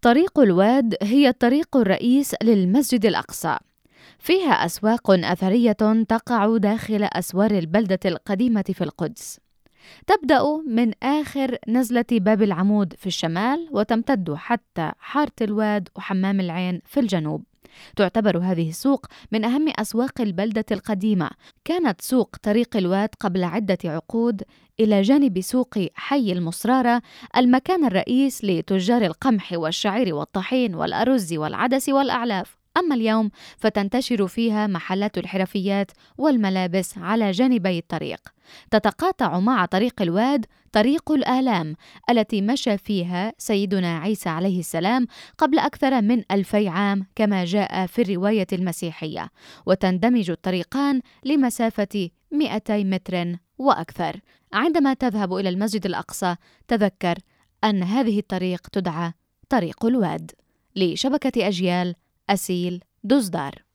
طريق الواد هي الطريق الرئيس للمسجد الأقصى. فيها أسواق أثرية تقع داخل أسوار البلدة القديمة في القدس. تبدأ من آخر نزلة باب العمود في الشمال وتمتد حتى حارة الواد وحمام العين في الجنوب. تعتبر هذه السوق من أهم أسواق البلدة القديمة. كانت سوق طريق الواد قبل عدة عقود إلى جانب سوق حي المصرارة المكان الرئيس لتجار القمح والشعير والطحين والأرز والعدس والأعلاف. أما اليوم فتنتشر فيها محلات الحرفيات والملابس على جانبي الطريق. تتقاطع مع طريق الواد طريق الآلام التي مشى فيها سيدنا عيسى عليه السلام قبل أكثر من 2000 عام كما جاء في الرواية المسيحية، وتندمج الطريقان لمسافة 200 متر وأكثر. عندما تذهب إلى المسجد الأقصى تذكر أن هذه الطريق تدعى طريق الواد. لشبكة أجيال، أسيل دزدار.